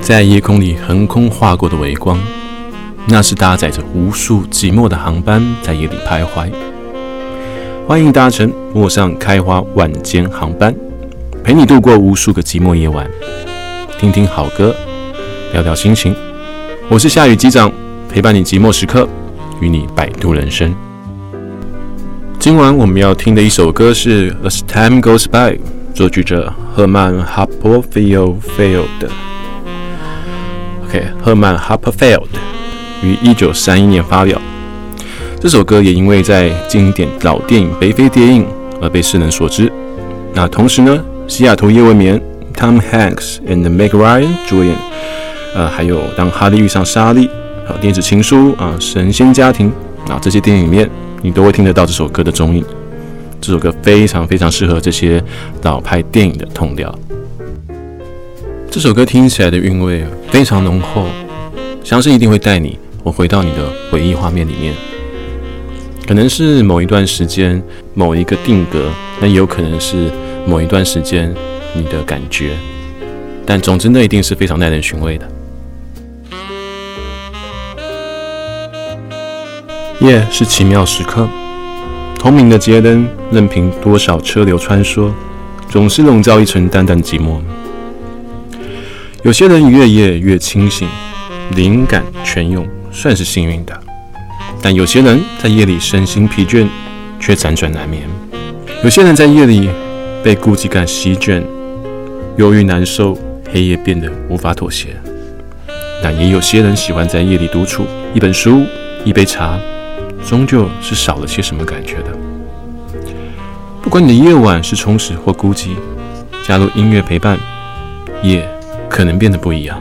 在夜空里横空划过的微光，那是搭载着无数寂寞的航班在夜里徘徊。欢迎搭乘陌上开花晚间航班，陪你度过无数个寂寞夜晚，听听好歌，聊聊心情。我是夏雨机长，陪伴你寂寞时刻，与你摆渡人生。今晚我们要听的一首歌是《As Time Goes By》，作曲者赫曼·哈珀菲尔德。赫曼·哈珀菲尔德于1931年发表。这首歌也因为在经典老电影《北非谍影》而被世人所知。那同时呢，西雅图夜未眠 Tom Hanks and Meg Ryan 主演，还有当哈利遇上莎莉，还有电子情书神仙家庭这些电影里面，你都会听得到这首歌的踪影。这首歌非常非常适合这些老派电影的痛调。这首歌听起来的韵味非常浓厚，相信一定会带你回到你的回忆画面里面。可能是某一段时间某一个定格，那也有可能是某一段时间你的感觉，但总之呢，一定是非常耐人寻味的。夜是奇妙时刻，通明的街灯任凭多少车流穿梭，总是笼罩一层淡淡寂寞。有些人越夜越清醒，灵感泉涌，算是幸运的。但有些人在夜里身心疲倦，却辗转难眠。有些人在夜里被孤寂感席卷，忧郁难受，黑夜变得无法妥协。但也有些人喜欢在夜里独处，一本书，一杯茶，终究是少了些什么感觉的。不管你的夜晚是充实或孤寂，加入音乐陪伴，夜可能变得不一样。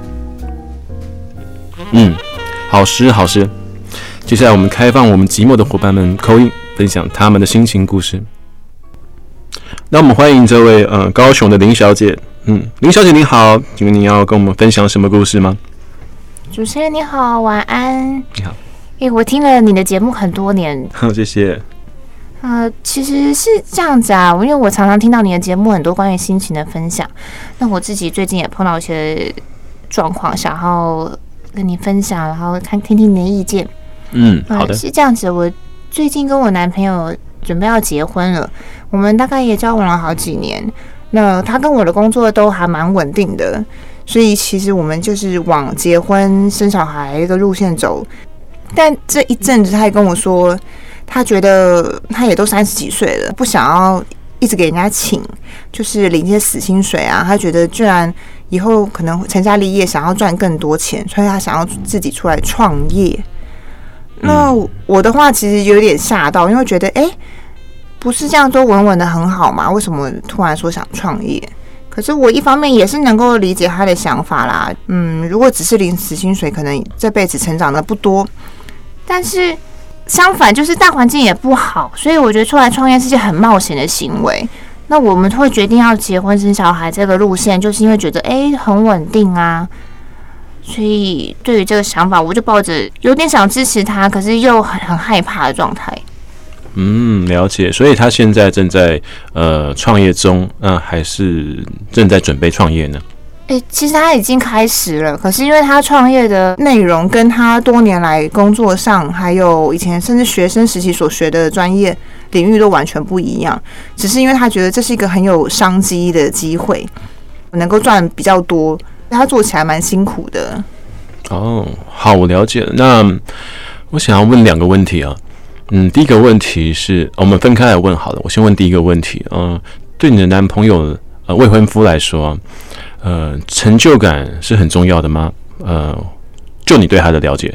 好诗好诗。接下来我们开放我们寂寞的伙伴们call in，分享他们的心情故事。那我们欢迎这位高雄的林小姐。林小姐你好，请问你要跟我们分享什么故事吗？ 主持人你好，晚安。 你好。 我听了你的节目很多年。 好，谢谢。 其实是这样子因为我常常听到你的节目很多关于心情的分享，那我自己最近也碰到一些状况，想要跟你分享，然后听听你的意见。 好的。 是这样子，我最近跟我男朋友准备要结婚了，我们大概也交往了好几年。那他跟我的工作都还蛮稳定的，所以其实我们就是往结婚生小孩的路线走。但这一阵子他也跟我说，他觉得他也都30几岁了，不想要一直给人家请，就是领一些死薪水他觉得居然以后可能成家立业，想要赚更多钱，所以他想要自己出来创业。那我的话其实有点吓到，因为觉得不是这样都稳稳的很好嘛，为什么突然说想创业？可是我一方面也是能够理解他的想法啦。如果只是领死薪水，可能这辈子成长的不多。但是相反，就是大环境也不好，所以我觉得出来创业是件很冒险的行为。那我们会决定要结婚生小孩这个路线，就是因为觉得很稳定所以对于这个想法，我就抱着有点想支持他，可是又很害怕的状态。 了解。所以他现在正在创业中，还是正在准备创业呢？ 其实他已经开始了，可是因为他创业的内容跟他多年来工作上，还有以前甚至学生时期所学的专业领域都完全不一样。只是因为他觉得这是一个很有商机的机会，能够赚比较多，他做起来蛮辛苦的。 好，我了解了。那我想要问2个问题第一个问题是，我们分开来问好了。我先问第一个问题。对你的男朋友未婚夫来说，成就感是很重要的吗？就你对他的了解。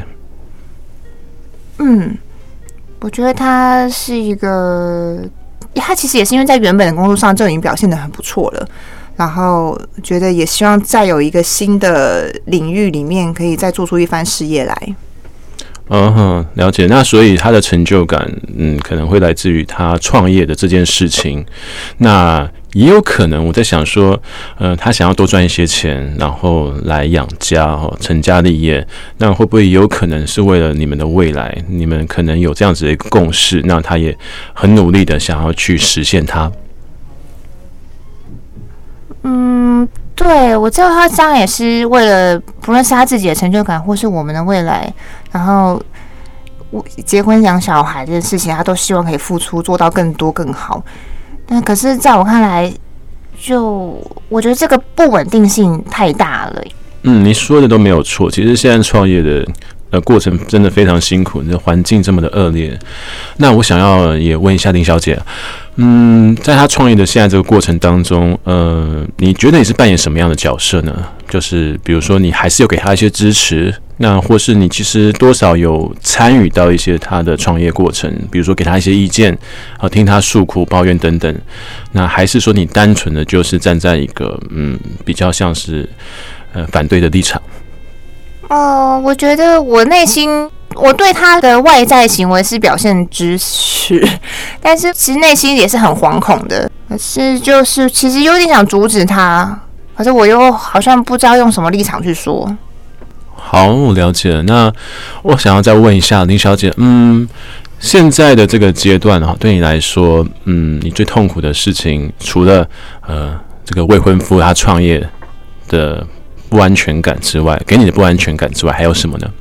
我觉得他是一个，他其实也是因为在原本的工作上就已经表现得很不错了，然后觉得也希望再有一个新的领域里面可以再做出一番事业来。 了解。那所以他的成就感，可能会来自于他创业的这件事情。那也有可能，我在想说，他想要多赚一些钱，然后来养家，成家立业。那会不会有可能是为了你们的未来？你们可能有这样子的一个共识，那他也很努力的想要去实现它。 对， 我知道他当然也是为了不论是他自己的成就感，或是我们的未来，然后结婚养小孩这件事情，他都希望可以付出做到更多更好。但可是在我看来，我觉得这个不稳定性太大了。 你说的都没有错。其实现在创业的过程真的非常辛苦，这环境这么的恶劣。那我想要也问一下林小姐，在她创业的现在这个过程当中，你觉得你是扮演什么样的角色呢？就是比如说，你还是有给她一些支持，那或是你其实多少有参与到一些她的创业过程，比如说给她一些意见，听她诉苦、抱怨等等。那还是说你单纯的就是站在一个比较像是反对的立场？ 我觉得我内心，我对他的外在行为是表现支持，但是其实内心也是很惶恐的。可是就是其实有点想阻止他，可是我又好像不知道用什么立场去说。 好，我了解了。那我想要再问一下林小姐，现在的这个阶段对你来说，你最痛苦的事情，除了这个未婚夫他创业的不安全感之外，给你的不安全感之外，还有什么呢？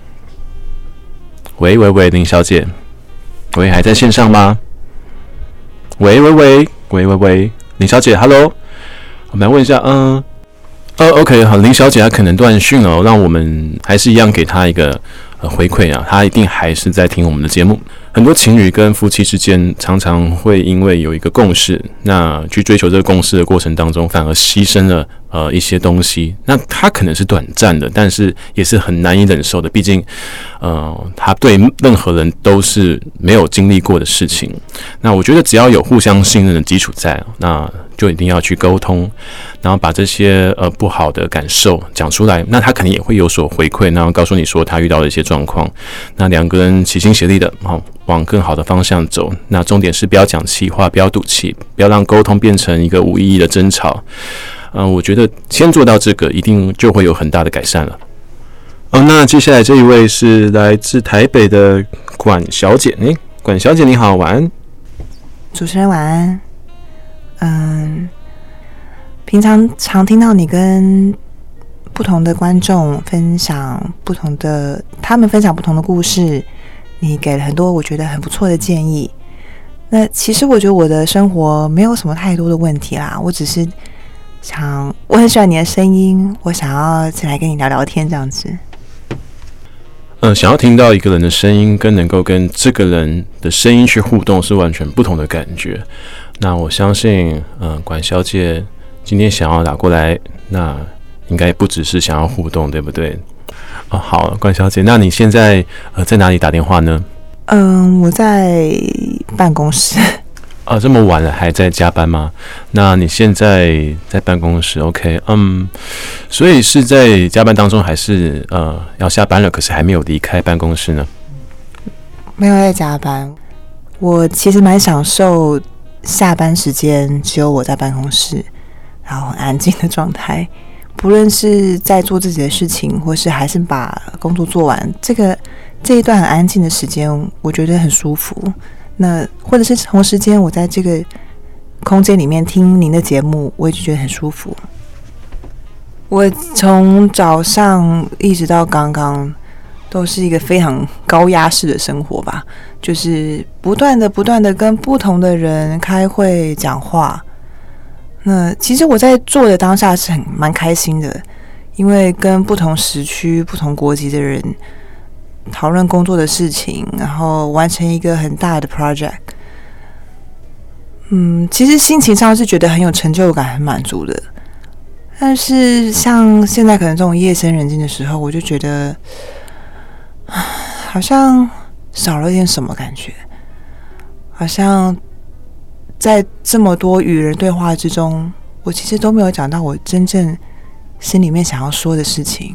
喂，林小姐，喂，还在线上吗？喂，林小姐 ，Hello， 我们来问一下，OK， 好，林小姐她可能断讯了，让我们还是一样给她一个回馈啊，她一定还是在听我们的节目。很多情侣跟夫妻之间常常会因为有一个共识，那去追求这个共识的过程当中，反而牺牲了一些东西。那它可能是短暂的，但是也是很难以忍受的。毕竟，它对任何人都是没有经历过的事情。那我觉得只要有互相信任的基础在，那就一定要去沟通，然后把这些不好的感受讲出来。那他肯定也会有所回馈，然后告诉你说他遇到的一些状况。那两个人齐心协力的，往更好的方向走。那重点是不要讲气话，不要赌气，不要让沟通变成一个无意义的争吵。我觉得先做到这个，一定就会有很大的改善了。那接下来这一位是来自台北的管小姐，管小姐你好，晚安。 主持人晚安。平常听到你跟不同的观众分享他们分享不同的故事，你给了很多我觉得很不错的建议。那其实我觉得我的生活没有什么太多的问题啦，我只是我很喜欢你的声音，我想要进来跟你聊聊天这样子。 想要听到一个人的声音，跟能够跟这个人的声音去互动，是完全不同的感觉。那我相信，管小姐今天想要打过来，那应该不只是想要互动，对不对？好，管小姐，那你现在在哪里打电话呢？ 我在办公室。 这么晚了还在加班吗？那你现在在办公室 ，OK？ 所以是在加班当中，还是要下班了，可是还没有离开办公室呢？ 没有在加班，我其实蛮享受下班时间只有我在办公室，然后很安静的状态。不论是在做自己的事情，或是还是把工作做完，这一段很安静的时间，我觉得很舒服。那或者是同时间我在这个空间里面听您的节目，我也觉得很舒服。我从早上一直到刚刚都是一个非常高压式的生活吧，就是不断的跟不同的人开会讲话。那其实我在做的当下是蛮开心的，因为跟不同时区、不同国籍的人讨论工作的事情，然后完成一个很大的 project。其实心情上是觉得很有成就感、很满足的。但是像现在可能这种夜深人静的时候，我就觉得好像少了点什么感觉，好像在这么多与人对话之中，我其实都没有讲到我真正心里面想要说的事情。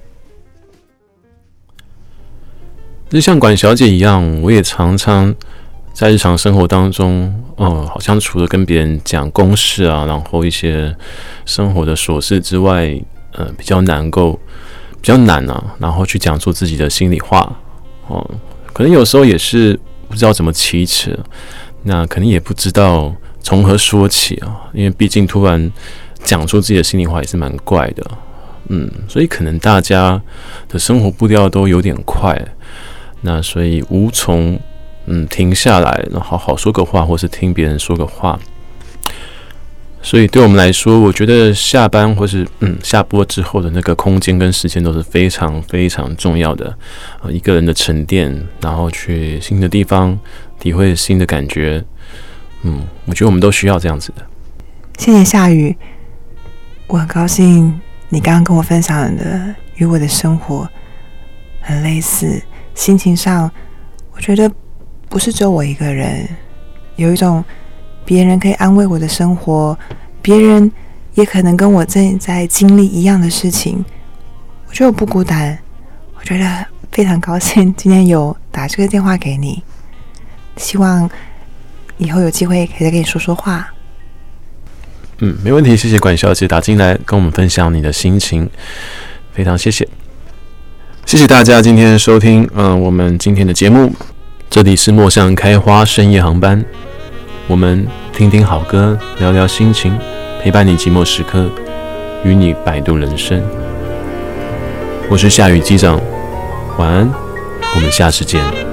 就像管小姐一样，我也常常在日常生活当中，好像除了跟别人讲公事啊，然后一些生活的琐事之外，比较难啊，然后去讲出自己的心里话，可能有时候也是不知道怎么启齿，那可能也不知道从何说起啊，因为毕竟突然讲出自己的心里话也是蛮怪的，所以可能大家的生活步调都有点快，那所以无从停下来，然后好好说个话，或是听别人说个话。所以对我们来说，我觉得下班或是下播之后的那个空间跟时间都是非常非常重要的。一个人的沉淀，然后去新的地方体会新的感觉。我觉得我们都需要这样子的。 谢谢夏宇，我很高兴你刚刚跟我分享的与我的生活很类似，心情上我觉得不是只有我一个人，有一种别人可以安慰我的生活，别人也可能跟我正在经历一样的事情，我觉得我不孤单，我觉得非常高兴今天有打这个电话给你，希望以后有机会可以再跟你说说话。 没问题，谢谢管小姐打进来跟我们分享你的心情，非常谢谢。谢谢大家今天收听我们今天的节目，这里是陌上开花深夜航班，我们听听好歌，聊聊心情，陪伴你寂寞时刻，与你摆渡人生。我是夏雨机长，晚安，我们下次见。